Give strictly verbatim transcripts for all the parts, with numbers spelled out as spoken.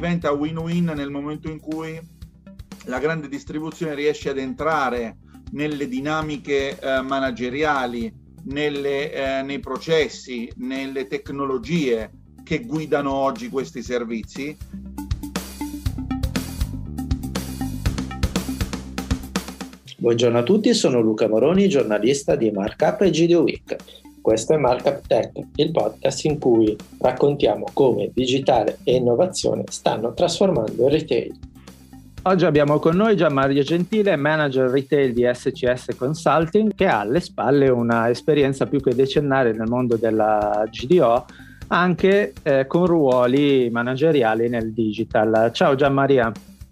diventa win-win nel momento in cui la grande distribuzione riesce ad entrare nelle dinamiche eh, manageriali, nelle, eh, nei processi, nelle tecnologie che guidano oggi questi servizi. Buongiorno a tutti, sono Luca Moroni, giornalista di Markup e G D O Week. Questo è Markup Tech, il podcast in cui raccontiamo come digitale e innovazione stanno trasformando il retail. Oggi abbiamo con noi Gianmario Gentile, manager retail di S C S Consulting, che ha alle spalle una esperienza più che decennale nel mondo della G D O, anche eh, con ruoli manageriali nel digital. Ciao Gianmaria.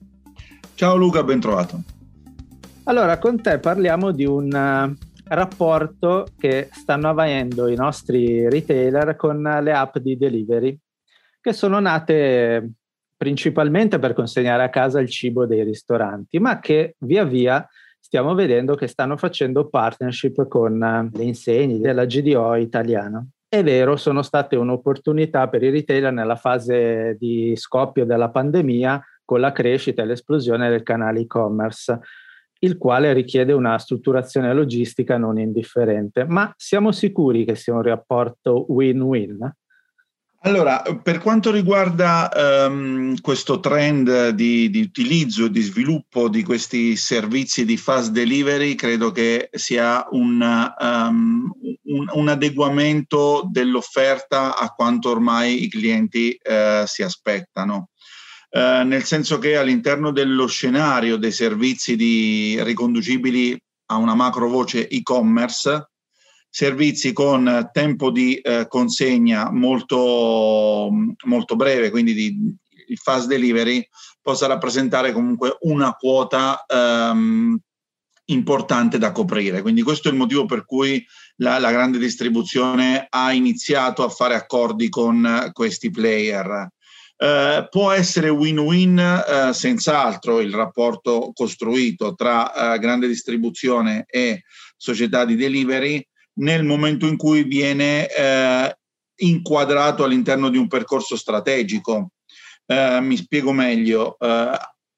Ciao Luca, ben trovato. Allora, con te parliamo di un uh, rapporto che stanno avendo i nostri retailer con le app di delivery, che sono nate principalmente per consegnare a casa il cibo dei ristoranti, ma che via via stiamo vedendo che stanno facendo partnership con uh, le insegne della G D O italiana. È vero, sono state un'opportunità per i retailer nella fase di scoppio della pandemia, con la crescita e l'esplosione del canale e-commerce, il quale richiede una strutturazione logistica non indifferente. Ma siamo sicuri che sia un rapporto win-win? Allora, per quanto riguarda um, questo trend di, di utilizzo e di sviluppo di questi servizi di fast delivery, credo che sia un, um, un, un adeguamento dell'offerta a quanto ormai i clienti uh, si aspettano. Uh, nel senso che all'interno dello scenario dei servizi di, riconducibili a una macro voce e-commerce, servizi con tempo di eh, consegna molto, molto breve, quindi di, il fast delivery, possa rappresentare comunque una quota ehm, importante da coprire. Quindi questo è il motivo per cui la, la grande distribuzione ha iniziato a fare accordi con questi player. Uh, può essere win-win uh, senz'altro il rapporto costruito tra uh, grande distribuzione e società di delivery nel momento in cui viene uh, inquadrato all'interno di un percorso strategico. Uh, mi spiego meglio. Uh,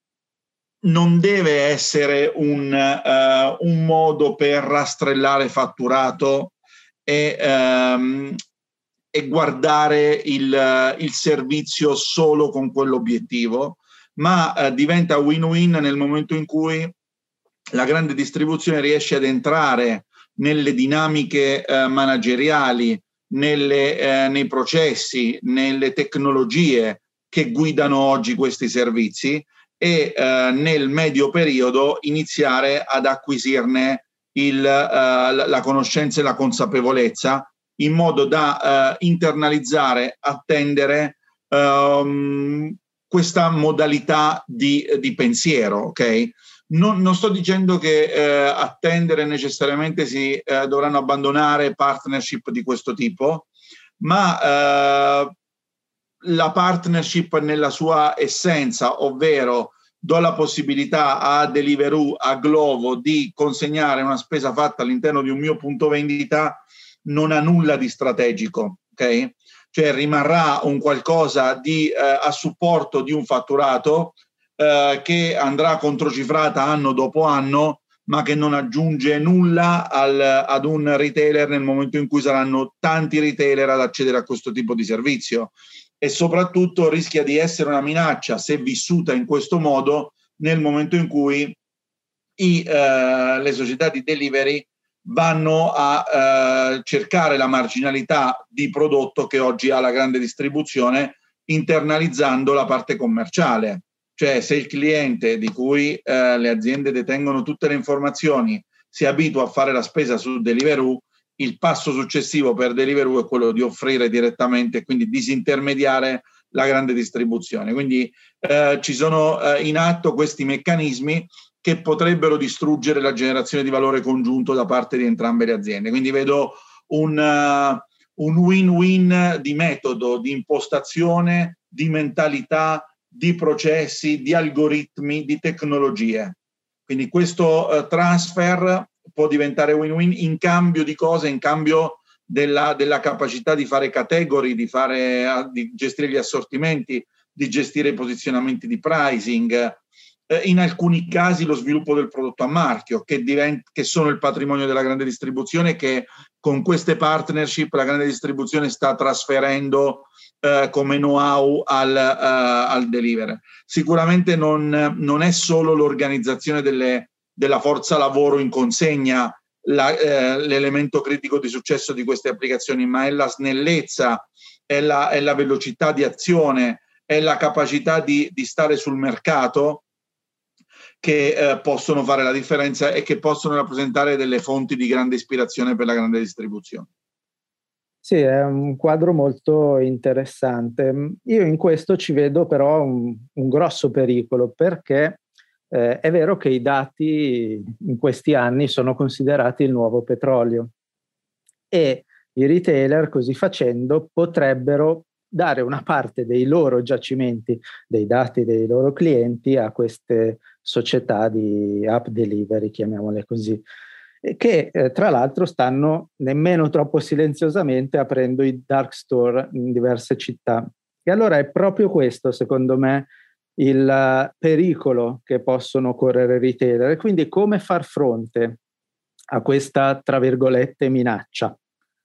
non deve essere un, uh, un modo per rastrellare fatturato e um, e guardare il, il servizio solo con quell'obiettivo, ma eh, diventa win-win nel momento in cui la grande distribuzione riesce ad entrare nelle dinamiche eh, manageriali, nelle, eh, nei processi, nelle tecnologie che guidano oggi questi servizi e eh, nel medio periodo iniziare ad acquisirne il, eh, la conoscenza e la consapevolezza, in modo da uh, internalizzare, attendere um, questa modalità di, di pensiero, ok? Non, non sto dicendo che uh, attendere necessariamente si uh, dovranno abbandonare partnership di questo tipo, ma uh, la partnership nella sua essenza, ovvero do la possibilità a Deliveroo, a Glovo di consegnare una spesa fatta all'interno di un mio punto vendita, non ha nulla di strategico, ok? Cioè rimarrà un qualcosa di eh, a supporto di un fatturato eh, che andrà controcifrata anno dopo anno, ma che non aggiunge nulla al, ad un retailer nel momento in cui saranno tanti retailer ad accedere a questo tipo di servizio, e soprattutto rischia di essere una minaccia, se vissuta in questo modo, nel momento in cui i, eh, le società di delivery vanno a eh, cercare la marginalità di prodotto che oggi ha la grande distribuzione, internalizzando la parte commerciale. Cioè, se il cliente, di cui eh, le aziende detengono tutte le informazioni, si abitua a fare la spesa su Deliveroo, il passo successivo per Deliveroo è quello di offrire direttamente, quindi disintermediare la grande distribuzione. Quindi eh, ci sono eh, in atto questi meccanismi che potrebbero distruggere la generazione di valore congiunto da parte di entrambe le aziende. Quindi vedo un, uh, un win-win di metodo, di impostazione, di mentalità, di processi, di algoritmi, di tecnologie. Quindi questo uh, transfer può diventare win-win in cambio di cosa? In cambio della, della capacità di fare category, di, fare, di gestire gli assortimenti, di gestire i posizionamenti di pricing, eh, in alcuni casi lo sviluppo del prodotto a marchio, che, divent- che sono il patrimonio della grande distribuzione, che con queste partnership la grande distribuzione sta trasferendo eh, come know-how al, uh, al delivery. Sicuramente non, non è solo l'organizzazione delle, della forza lavoro in consegna la, eh, l'elemento critico di successo di queste applicazioni, ma è la snellezza, è la, è la velocità di azione, è la capacità di, di stare sul mercato che eh, possono fare la differenza e che possono rappresentare delle fonti di grande ispirazione per la grande distribuzione. Sì, è un quadro molto interessante. Io in questo ci vedo però un, un grosso pericolo, perché eh, è vero che i dati in questi anni sono considerati il nuovo petrolio e i retailer, così facendo, potrebbero dare una parte dei loro giacimenti, dei dati dei loro clienti, a queste società di app delivery, chiamiamole così, che eh, tra l'altro stanno nemmeno troppo silenziosamente aprendo i dark store in diverse città. E allora è proprio questo, secondo me, il uh, pericolo che possono correre i retailer. Quindi come far fronte a questa, tra virgolette, minaccia?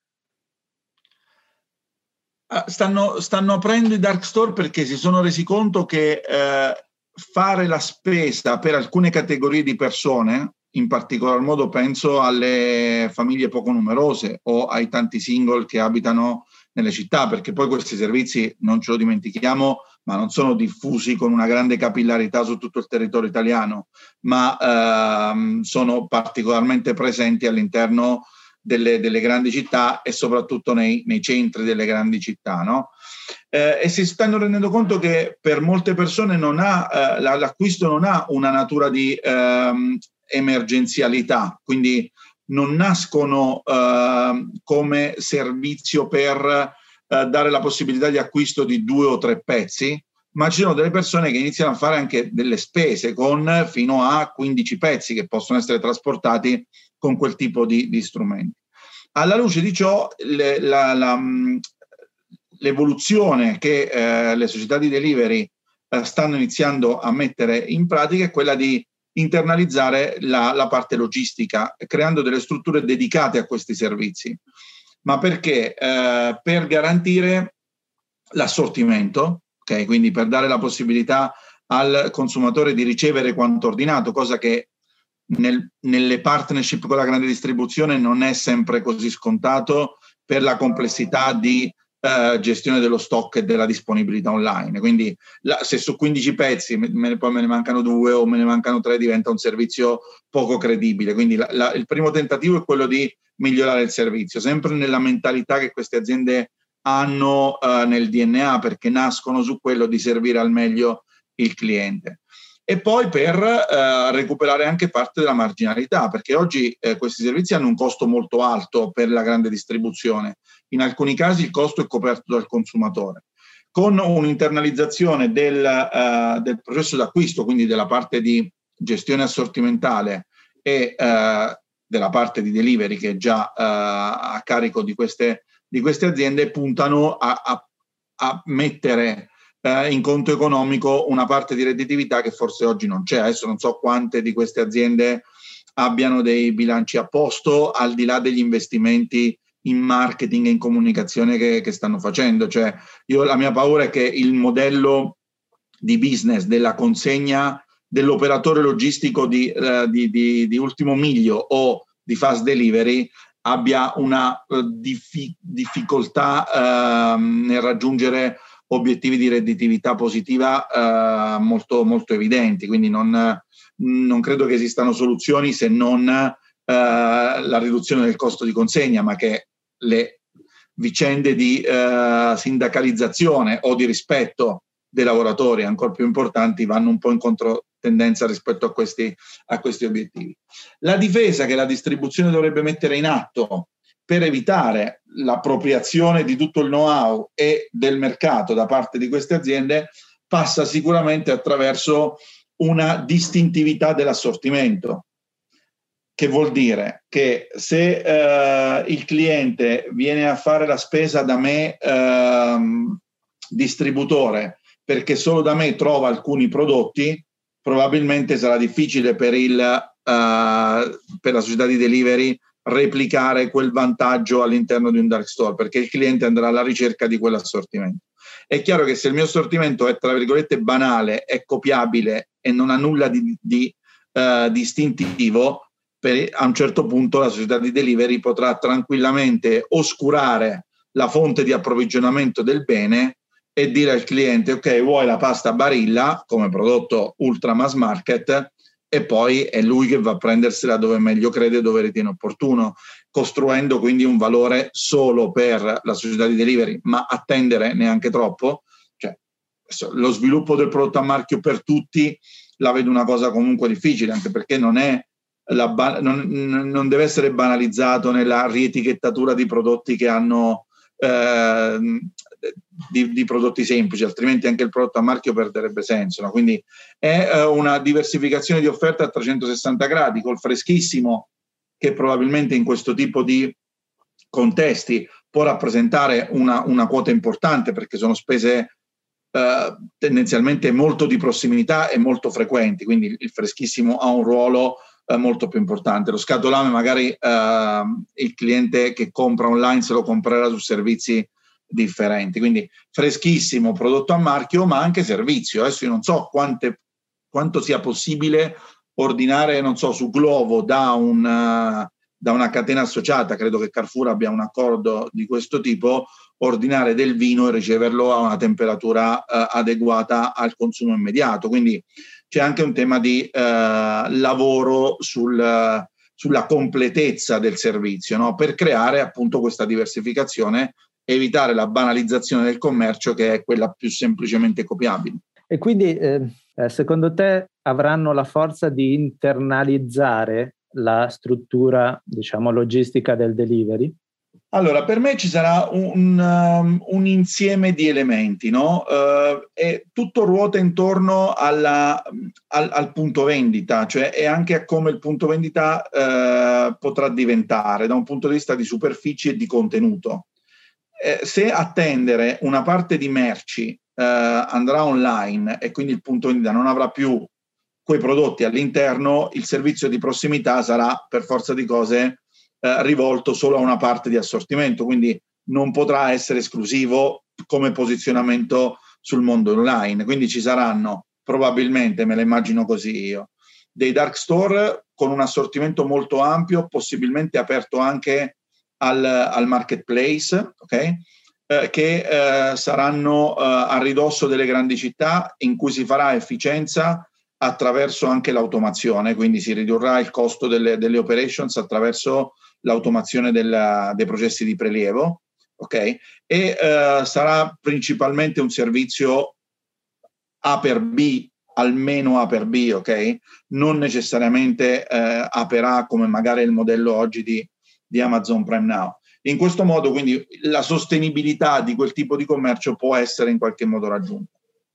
Stanno, stanno aprendo i dark store perché si sono resi conto che eh, fare la spesa per alcune categorie di persone, in particolar modo penso alle famiglie poco numerose o ai tanti single che abitano nelle città, perché poi questi servizi, non ce lo dimentichiamo, ma non sono diffusi con una grande capillarità su tutto il territorio italiano, ma ehm, sono particolarmente presenti all'interno Delle, delle grandi città e soprattutto nei, nei centri delle grandi città, no? Eh, e si stanno rendendo conto che per molte persone non ha, eh, l'acquisto non ha una natura di ehm, emergenzialità, quindi non nascono eh, come servizio per eh, dare la possibilità di acquisto di due o tre pezzi, ma ci sono delle persone che iniziano a fare anche delle spese con fino a quindici pezzi che possono essere trasportati con quel tipo di, di strumenti. Alla luce di ciò, le, la, la, l'evoluzione che eh, le società di delivery eh, stanno iniziando a mettere in pratica è quella di internalizzare la, la parte logistica, creando delle strutture dedicate a questi servizi. Ma perché? Eh, per garantire l'assortimento, okay? Quindi per dare la possibilità al consumatore di ricevere quanto ordinato, cosa che Nel, nelle partnership con la grande distribuzione non è sempre così scontato per la complessità di eh, gestione dello stock e della disponibilità online. Quindi la, se su quindici pezzi me, me, poi me ne mancano due o me ne mancano tre, diventa un servizio poco credibile. Quindi la, la, il primo tentativo è quello di migliorare il servizio, sempre nella mentalità che queste aziende hanno eh, nel D N A, perché nascono su quello di servire al meglio il cliente. E poi per eh, recuperare anche parte della marginalità, perché oggi eh, questi servizi hanno un costo molto alto per la grande distribuzione. In alcuni casi il costo è coperto dal consumatore. Con un'internalizzazione del, uh, del processo d'acquisto, quindi della parte di gestione assortimentale e uh, della parte di delivery che è già uh, a carico di queste, di queste aziende, puntano a, a, a mettere Eh, in conto economico una parte di redditività che forse oggi non c'è. Adesso non so quante di queste aziende abbiano dei bilanci a posto, al di là degli investimenti in marketing e in comunicazione che, che stanno facendo. Cioè, io, la mia paura è che il modello di business della consegna dell'operatore logistico di, uh, di, di, di ultimo miglio o di fast delivery abbia una uh, diffi- difficoltà uh, nel raggiungere obiettivi di redditività positiva eh, molto, molto evidenti, quindi non, non credo che esistano soluzioni se non eh, la riduzione del costo di consegna, ma che le vicende di eh, sindacalizzazione o di rispetto dei lavoratori, ancora più importanti, vanno un po' in controtendenza rispetto a questi, a questi obiettivi. La difesa che la distribuzione dovrebbe mettere in atto per evitare l'appropriazione di tutto il know-how e del mercato da parte di queste aziende passa sicuramente attraverso una distintività dell'assortimento, che vuol dire che se eh, il cliente viene a fare la spesa da me eh, distributore perché solo da me trova alcuni prodotti, probabilmente sarà difficile per, il, uh, per la società di delivery replicare quel vantaggio all'interno di un dark store, perché il cliente andrà alla ricerca di quell'assortimento. È chiaro che se il mio assortimento è, tra virgolette, banale, è copiabile e non ha nulla di, di uh, distintivo, per, a un certo punto la società di delivery potrà tranquillamente oscurare la fonte di approvvigionamento del bene e dire al cliente: ok, vuoi la pasta Barilla come prodotto ultra mass market, e poi è lui che va a prendersela dove meglio crede, dove ritiene opportuno, costruendo quindi un valore solo per la società di delivery, ma attendere neanche troppo. Cioè, lo sviluppo del prodotto a marchio per tutti la vedo una cosa comunque difficile, anche perché non è la ba- non, non deve essere banalizzato nella rietichettatura di prodotti che hanno eh, di, di prodotti semplici, altrimenti anche il prodotto a marchio perderebbe senso, no? Quindi è eh, una diversificazione di offerta a trecentosessanta gradi, col freschissimo, che probabilmente in questo tipo di contesti può rappresentare una, una quota importante, perché sono spese eh, tendenzialmente molto di prossimità e molto frequenti, quindi il freschissimo ha un ruolo eh, molto più importante. Lo scatolame magari eh, il cliente che compra online se lo comprerà su servizi differenti, quindi freschissimo, prodotto a marchio, ma anche servizio. Adesso io non so quante, quanto sia possibile ordinare, non so, su Glovo da, un, uh, da una catena associata, credo che Carrefour abbia un accordo di questo tipo, ordinare del vino e riceverlo a una temperatura uh, adeguata al consumo immediato. Quindi c'è anche un tema di uh, lavoro sul, uh, sulla completezza del servizio, no? Per creare appunto questa diversificazione, evitare la banalizzazione del commercio, che è quella più semplicemente copiabile. E quindi eh, secondo te avranno la forza di internalizzare la struttura, diciamo, logistica del delivery? Allora, per me ci sarà un, um, un insieme di elementi, no? Uh, e tutto ruota intorno alla, al, al punto vendita, cioè e anche a come il punto vendita uh, potrà diventare da un punto di vista di superficie e di contenuto. Eh, se attendere una parte di merci eh, andrà online e quindi il punto vendita non avrà più quei prodotti all'interno, il servizio di prossimità sarà per forza di cose eh, rivolto solo a una parte di assortimento, quindi non potrà essere esclusivo come posizionamento sul mondo online. Quindi ci saranno probabilmente, me la immagino così io, dei dark store con un assortimento molto ampio, possibilmente aperto anche Al, al marketplace, okay? eh, che eh, saranno eh, a ridosso delle grandi città, in cui si farà efficienza attraverso anche l'automazione, quindi si ridurrà il costo delle, delle operations attraverso l'automazione della, dei processi di prelievo, okay? E eh, sarà principalmente un servizio A per B, almeno A per B, ok? Non necessariamente eh, A per A, come magari il modello oggi di di Amazon Prime Now. In questo modo, quindi, la sostenibilità di quel tipo di commercio può essere in qualche modo raggiunta.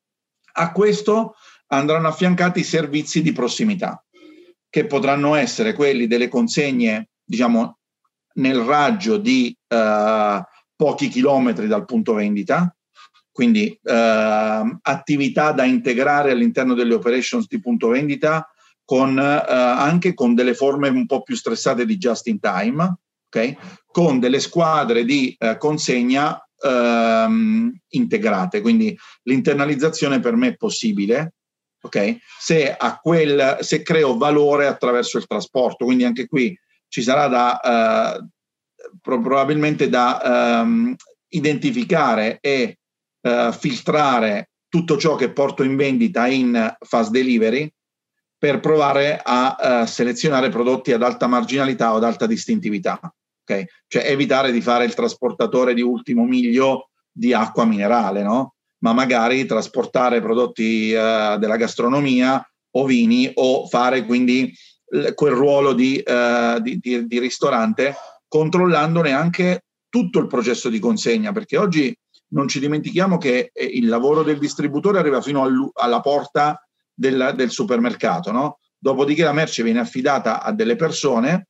A questo andranno affiancati servizi di prossimità, che potranno essere quelli delle consegne, diciamo, nel raggio di eh, pochi chilometri dal punto vendita, quindi eh, attività da integrare all'interno delle operations di punto vendita, con, eh, anche con delle forme un po' più stressate di just in time, okay? Con delle squadre di eh, consegna ehm, integrate, quindi l'internalizzazione per me è possibile, okay? Se, a quel, se creo valore attraverso il trasporto, quindi anche qui ci sarà da eh, probabilmente da ehm, identificare e eh, filtrare tutto ciò che porto in vendita in fast delivery, per provare a uh, selezionare prodotti ad alta marginalità o ad alta distintività, okay? Cioè evitare di fare il trasportatore di ultimo miglio di acqua minerale, no? Ma magari trasportare prodotti uh, della gastronomia o vini, o fare quindi l- quel ruolo di, uh, di, di, di ristorante, controllandone anche tutto il processo di consegna, perché oggi non ci dimentichiamo che eh, il lavoro del distributore arriva fino all- alla porta Del, del supermercato, no? Dopodiché la merce viene affidata a delle persone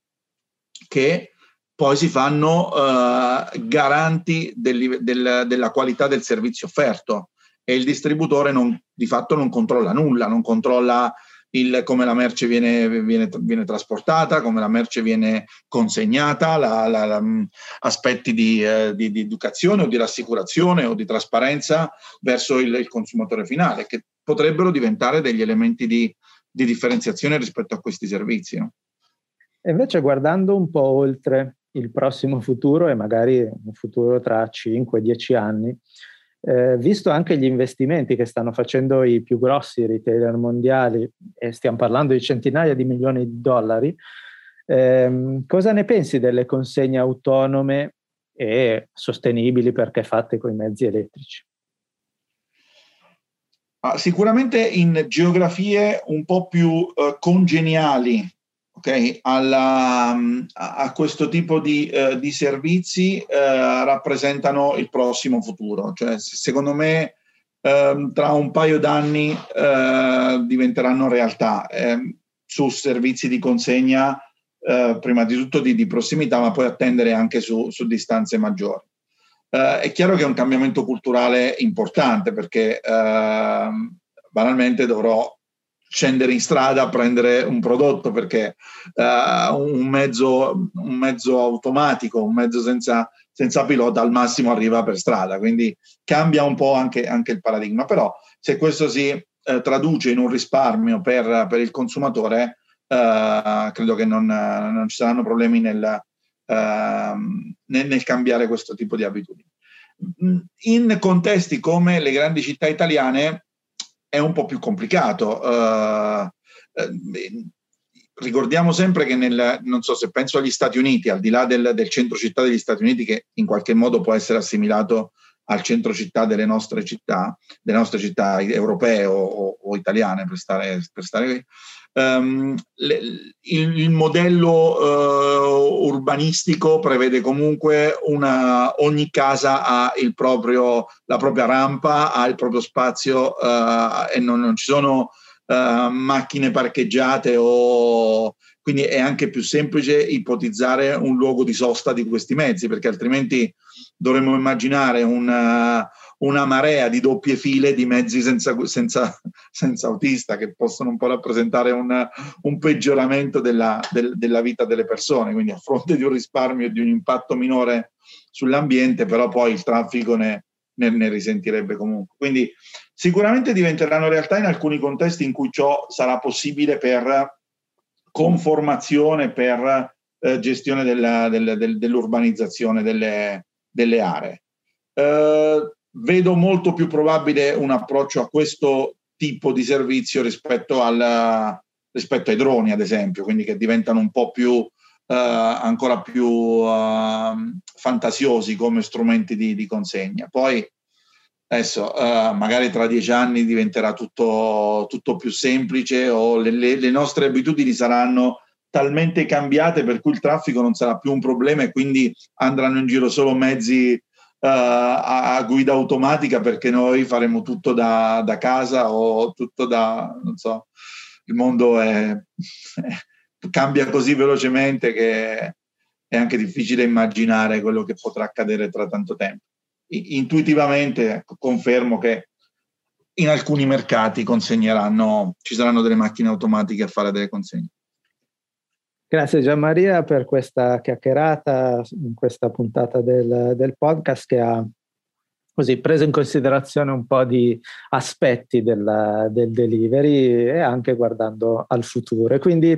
che poi si fanno uh, garanti del, del, della qualità del servizio offerto, e il distributore non, di fatto non controlla nulla, non controlla il, come la merce viene, viene, viene trasportata, come la merce viene consegnata, la, la, la, aspetti di, eh, di, di educazione o di rassicurazione o di trasparenza verso il, il consumatore finale, che potrebbero diventare degli elementi di, di differenziazione rispetto a questi servizi, no? E invece, guardando un po' oltre il prossimo futuro e magari un futuro tra cinque dieci anni, eh, visto anche gli investimenti che stanno facendo i più grossi retailer mondiali, e stiamo parlando di centinaia di milioni di dollari, ehm, cosa ne pensi delle consegne autonome e sostenibili perché fatte con i mezzi elettrici? Ah, sicuramente in geografie un po' più uh, congeniali, okay, alla, a questo tipo di, uh, di servizi uh, rappresentano il prossimo futuro. Cioè, secondo me uh, tra un paio d'anni uh, diventeranno realtà uh, su servizi di consegna, uh, prima di tutto di, di prossimità, ma poi attendere anche su, su distanze maggiori. Uh, è chiaro che è un cambiamento culturale importante, perché uh, banalmente dovrò scendere in strada a prendere un prodotto, perché uh, un, mezzo, un mezzo automatico, un mezzo senza, senza pilota al massimo arriva per strada, quindi cambia un po' anche, anche il paradigma. Però se questo si uh, traduce in un risparmio per, per il consumatore, uh, credo che non, non ci saranno problemi nel Uh, nel, nel cambiare questo tipo di abitudini. In contesti come le grandi città italiane è un po' più complicato. Uh, uh, ricordiamo sempre che nel, non so, se penso agli Stati Uniti, al di là del, del centro città degli Stati Uniti, che in qualche modo può essere assimilato al centro città delle nostre città, delle nostre città europee o, o, o italiane, per stare, per stare qui. Um, le, il, il modello uh, urbanistico prevede comunque una, ogni casa ha il proprio, la propria rampa, ha il proprio spazio, uh, e non, non ci sono uh, macchine parcheggiate, o quindi è anche più semplice ipotizzare un luogo di sosta di questi mezzi, perché altrimenti dovremmo immaginare una, una marea di doppie file di mezzi senza, senza, senza autista, che possono un po' rappresentare un, un peggioramento della, del, della vita delle persone. Quindi, a fronte di un risparmio e di un impatto minore sull'ambiente, però poi il traffico ne, ne, ne risentirebbe comunque. Quindi sicuramente diventeranno realtà in alcuni contesti in cui ciò sarà possibile per conformazione, per eh, gestione della, del, del, dell'urbanizzazione delle, delle aree. Eh, vedo molto più probabile un approccio a questo tipo di servizio rispetto, al, rispetto ai droni, ad esempio, quindi che diventano un po' più, uh, ancora più uh, fantasiosi come strumenti di, di consegna. Poi adesso uh, magari tra dieci anni diventerà tutto, tutto più semplice, o le, le, le nostre abitudini saranno talmente cambiate per cui il traffico non sarà più un problema, e quindi andranno in giro solo mezzi Uh, a, a guida automatica, perché noi faremo tutto da, da casa, o tutto da, non so, il mondo è, è, cambia così velocemente che è anche difficile immaginare quello che potrà accadere tra tanto tempo. I, intuitivamente confermo che in alcuni mercati consegneranno, ci saranno delle macchine automatiche a fare delle consegne. Grazie Gianmaria per questa chiacchierata in questa puntata del, del podcast, che ha così preso in considerazione un po' di aspetti del, del delivery e anche guardando al futuro. E quindi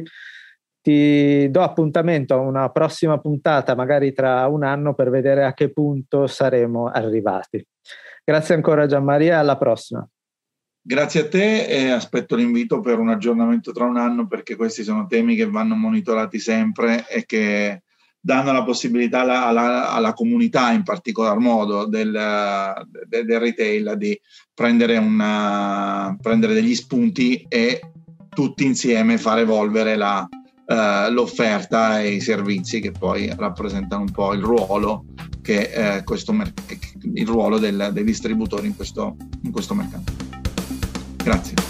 ti do appuntamento a una prossima puntata, magari tra un anno, per vedere a che punto saremo arrivati. Grazie ancora Gianmaria, alla prossima. Grazie a te, e aspetto l'invito per un aggiornamento tra un anno, perché questi sono temi che vanno monitorati sempre e che danno la possibilità alla, alla, alla comunità, in particolar modo del, del, del retail, di prendere, una, prendere degli spunti e tutti insieme far evolvere la, uh, l'offerta e i servizi che poi rappresentano un po' il ruolo, che, uh, questo, il ruolo del, dei distributori in questo, in questo mercato. Grazie.